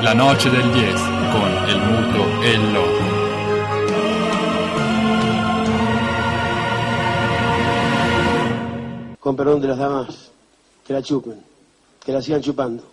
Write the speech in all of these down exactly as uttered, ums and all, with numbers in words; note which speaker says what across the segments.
Speaker 1: La noche del diez con el muto e el loco.
Speaker 2: Con perdón de las damas, que la chupen, que la sigan chupando.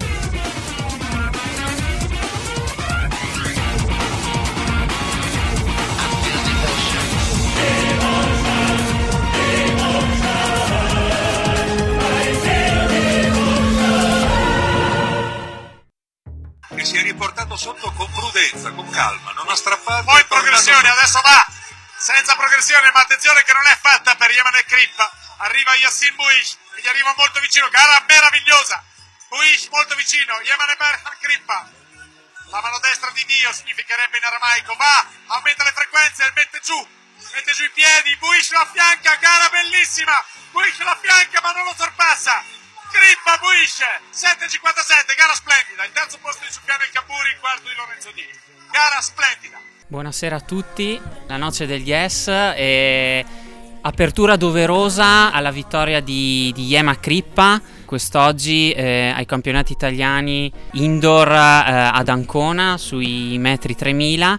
Speaker 3: Si è riportato sotto con prudenza, con calma, non ha strappato.
Speaker 4: Poi progressione, adesso va! Senza progressione, ma attenzione che non è fatta per Yeman e Crippa. Arriva Yassin Buish, e gli arriva molto vicino, gara meravigliosa. Buish molto vicino, Yeman e Berhan Crippa. La mano destra di Dio significherebbe in aramaico, va, aumenta le frequenze, mette giù, mette giù i piedi, Buish lo affianca, gara bellissima. Buish lo affianca ma non lo sorpassa. Crippa Buish, sette e cinquantasette, gara splendida, il terzo posto di Sufiane El Kaburi, il quarto di Lorenzo Dini, gara splendida.
Speaker 5: Buonasera a tutti, la noce del Yes e apertura doverosa alla vittoria di, di Yema Crippa quest'oggi eh, ai campionati italiani indoor eh, ad Ancona sui metri tremila.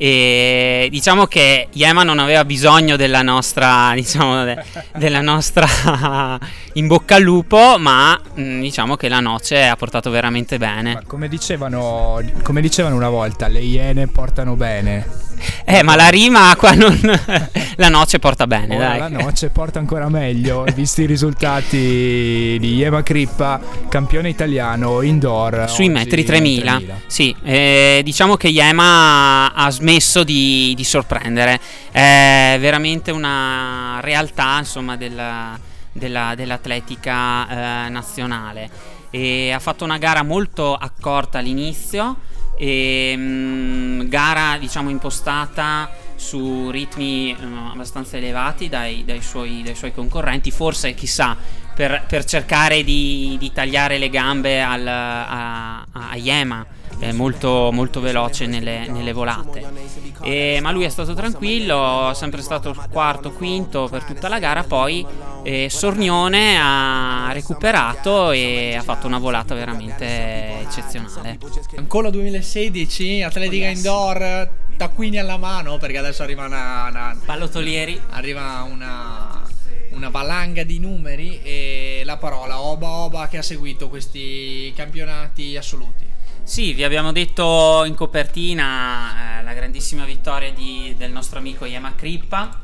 Speaker 5: E diciamo che Yema non aveva bisogno della nostra, diciamo, de- della nostra in bocca al lupo, ma mh, diciamo che la noce ha portato veramente bene.
Speaker 6: Ma come dicevano, come dicevano una volta, le iene portano bene.
Speaker 5: Eh, ma la rima qua non la noce porta bene,
Speaker 6: Ora
Speaker 5: dai.
Speaker 6: La noce porta ancora meglio, visti i risultati di Yema Crippa, campione italiano indoor
Speaker 5: sui metri tremila. Sì, eh, diciamo che Yema ha smesso di, di sorprendere. È veramente una realtà, insomma, della, della, dell'atletica eh, nazionale. E ha fatto una gara molto accorta all'inizio. E, mh, gara diciamo impostata su ritmi uh, abbastanza elevati dai, dai, suoi, dai suoi concorrenti, forse chissà per, per cercare di, di tagliare le gambe al, a, a Yema, è molto, molto veloce nelle, nelle volate, e, ma lui è stato tranquillo, è sempre stato quarto, quinto per tutta la gara. Poi eh, Sornione ha recuperato e ha fatto una volata veramente eccezionale.
Speaker 7: Ancora duemilasedici, atletica indoor, taccuini alla mano, perché adesso arriva una, una
Speaker 5: pallottolieri,
Speaker 7: arriva una, una valanga di numeri, e la parola Oba Oba che ha seguito questi campionati assoluti.
Speaker 5: Sì, vi abbiamo detto in copertina eh, la grandissima vittoria di, del nostro amico Yema Crippa.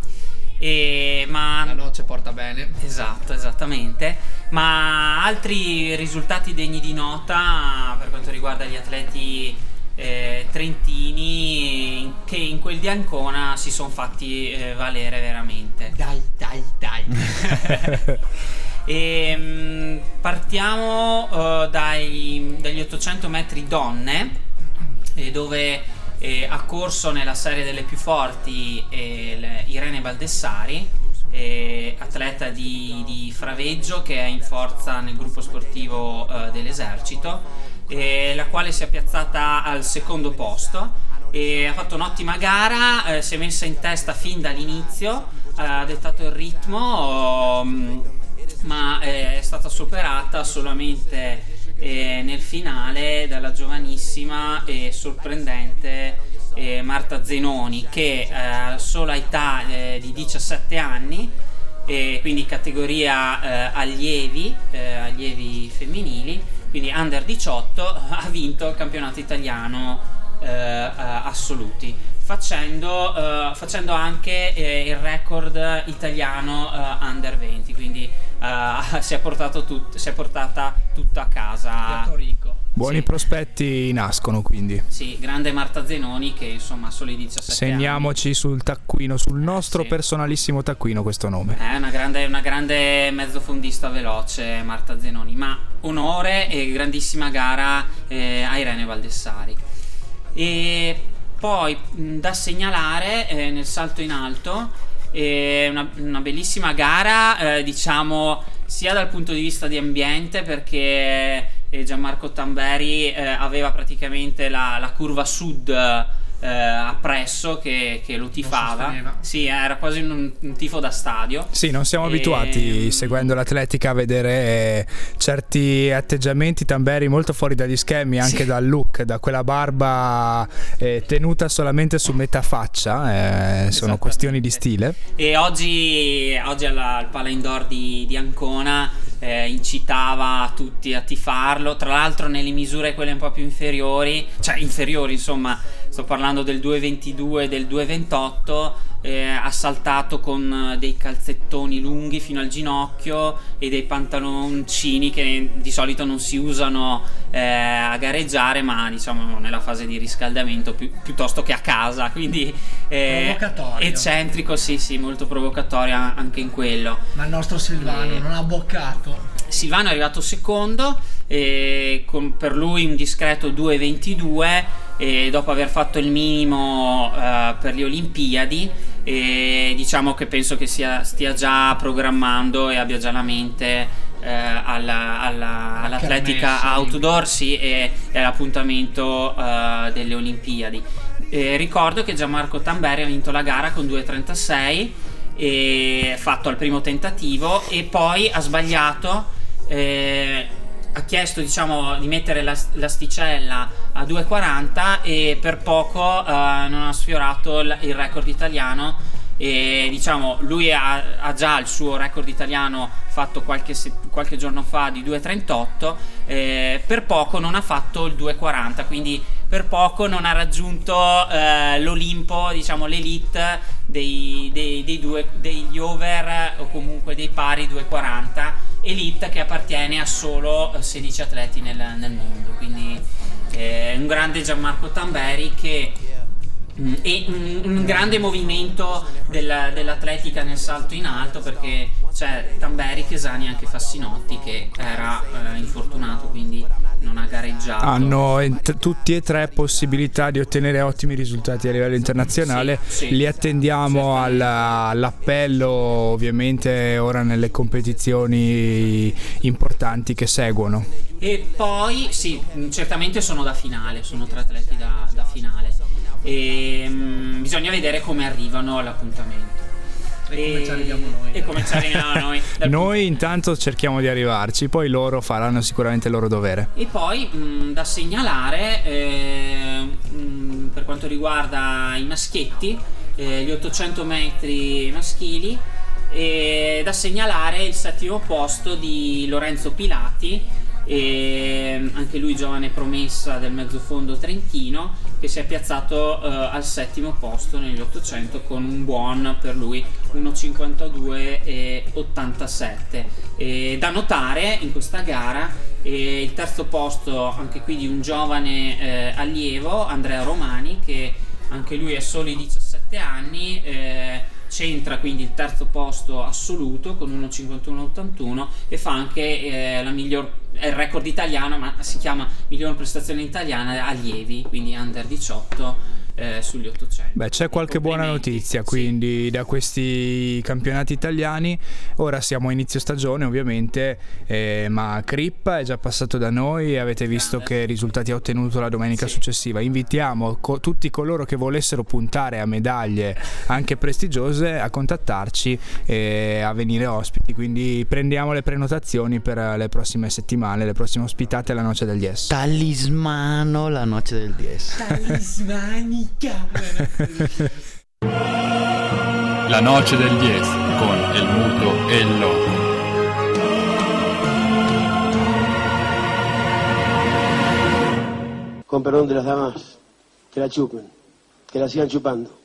Speaker 5: E, ma
Speaker 7: la noce porta bene.
Speaker 5: Esatto, esattamente. Ma altri risultati degni di nota per quanto riguarda gli atleti eh, trentini che in quel di Ancona si sono fatti eh, valere veramente.
Speaker 7: Dai, dai, dai.
Speaker 5: E, mh, partiamo uh, dai, dagli ottocento metri donne, eh, dove eh, ha corso nella serie delle più forti eh, le, Irene Baldessari, eh, atleta di, di Fraveggio, che è in forza nel gruppo sportivo eh, dell'esercito, eh, la quale si è piazzata al secondo posto e ha fatto un'ottima gara, eh, si è messa in testa fin dall'inizio, eh, ha dettato il ritmo, um, ma è stata superata solamente eh, nel finale dalla giovanissima e sorprendente eh, Marta Zenoni, che a eh, sola età eh, di diciassette anni, eh, quindi categoria eh, allievi, eh, allievi femminili, quindi under diciotto, ha vinto il campionato italiano eh, assoluti, facendo, eh, facendo anche eh, il record italiano eh, under venti, quindi Uh, si, è portato tut- si è portata tutta a casa.
Speaker 6: Buoni
Speaker 5: sì.
Speaker 6: prospetti nascono, quindi.
Speaker 5: Sì, grande Marta Zenoni, che insomma ha soli diciassette
Speaker 6: Segniamoci
Speaker 5: anni.
Speaker 6: sul taccuino, sul nostro
Speaker 5: sì.
Speaker 6: personalissimo taccuino questo nome.
Speaker 5: È una grande, una grande mezzofondista veloce Marta Zenoni, ma onore e grandissima gara eh, a Irene Baldessari. E poi mh, da segnalare eh, nel salto in alto è una, una bellissima gara, eh, diciamo sia dal punto di vista di ambiente, perché eh, Gianmarco Tamberi eh, aveva praticamente la, la curva sud eh, appresso che, che lo tifava. Sì, era quasi un, un tifo da stadio.
Speaker 6: Sì, non siamo
Speaker 5: e...
Speaker 6: abituati seguendo l'atletica a vedere certi atteggiamenti Tamberi molto fuori dagli schemi, anche sì. dal look, da quella barba eh, tenuta solamente su metà faccia, eh, sono questioni di stile.
Speaker 5: E oggi, oggi alla, al Pala Indoor di, di Ancona eh, incitava tutti a tifarlo, tra l'altro nelle misure quelle un po' più inferiori, cioè inferiori insomma, sto parlando del due ventidue e del due ventotto, eh, ha saltato con dei calzettoni lunghi fino al ginocchio e dei pantaloncini che di solito non si usano eh, a gareggiare, ma diciamo nella fase di riscaldamento pi- piuttosto che a casa, quindi eh, eccentrico, sì sì, molto provocatorio anche in quello.
Speaker 7: Ma il nostro Silvano eh, non ha boccato.
Speaker 5: Silvano è arrivato secondo, eh, con per lui un discreto due ventidue, e dopo aver fatto il minimo eh, per le Olimpiadi, e diciamo che penso che sia, stia già programmando e abbia già la mente eh, alla, alla, all'atletica outdoor, sì, e, e all'appuntamento eh, delle Olimpiadi. Eh, ricordo che Gianmarco Tamberi ha vinto la gara con due trentasei, e fatto al primo tentativo, e poi ha sbagliato, eh, ha chiesto diciamo di mettere l'asticella a due quaranta e per poco eh, non ha sfiorato il, il record italiano, e diciamo lui ha, ha già il suo record italiano fatto qualche, qualche giorno fa di due trentotto, eh, per poco non ha fatto il due quaranta, quindi per poco non ha raggiunto eh, l'Olimpo, diciamo l'elite dei, dei, dei due, degli over o comunque dei pari due quaranta, elite che appartiene a solo sedici atleti nel, nel mondo, quindi eh, un grande Gianmarco Tamberi che e un, un grande movimento della, dell'atletica nel salto in alto, perché c'è Tamberi, Chesani e anche Fassinotti che era eh, infortunato, quindi non ha gareggiato.
Speaker 6: Hanno ent- tutti e tre possibilità di ottenere ottimi risultati a livello internazionale, sì, sì, li attendiamo alla, all'appello ovviamente ora nelle competizioni importanti che seguono.
Speaker 5: E poi sì, certamente sono da finale, sono tre atleti da, da finale, e mh, bisogna vedere come arrivano all'appuntamento.
Speaker 7: E, e come ci arriviamo noi.
Speaker 5: E come ci arriviamo noi.
Speaker 6: Noi intanto cerchiamo di arrivarci, poi loro faranno sicuramente il loro dovere.
Speaker 5: E poi mh, da segnalare eh, mh, per quanto riguarda i maschietti, eh, gli ottocento metri maschili, e da segnalare il settimo posto di Lorenzo Pilati, e anche lui giovane promessa del mezzofondo trentino, che si è piazzato eh, al settimo posto negli ottocento con un buon, per lui, uno cinquantadue e ottantasette. E da notare in questa gara eh, il terzo posto anche qui di un giovane eh, allievo, Andrea Romani, che anche lui ha soli diciassette anni, eh, c'entra quindi il terzo posto assoluto con uno cinquantuno ottantuno e fa anche eh, la miglior, è il record italiano, ma si chiama miglior prestazione italiana allievi, quindi under diciotto eh, sugli ottocento.
Speaker 6: Beh, c'è qualche buona notizia quindi, sì, da questi campionati italiani. Ora siamo a inizio stagione ovviamente, eh, ma Crippa è già passato da noi e avete visto Grande. Che risultati ha ottenuto la domenica sì. successiva. Invitiamo co- tutti coloro che volessero puntare a medaglie anche prestigiose a contattarci e a venire ospiti, quindi prendiamo le prenotazioni per le prossime settimane, le prossime ospitate alla Noce del Diez.
Speaker 8: Talismano la Noce del Diez.
Speaker 7: Talismanica.
Speaker 1: La Noce del Diez con El Muto e el Loco.
Speaker 2: Con perdón de las damas, que la chupen, que la sigan chupando.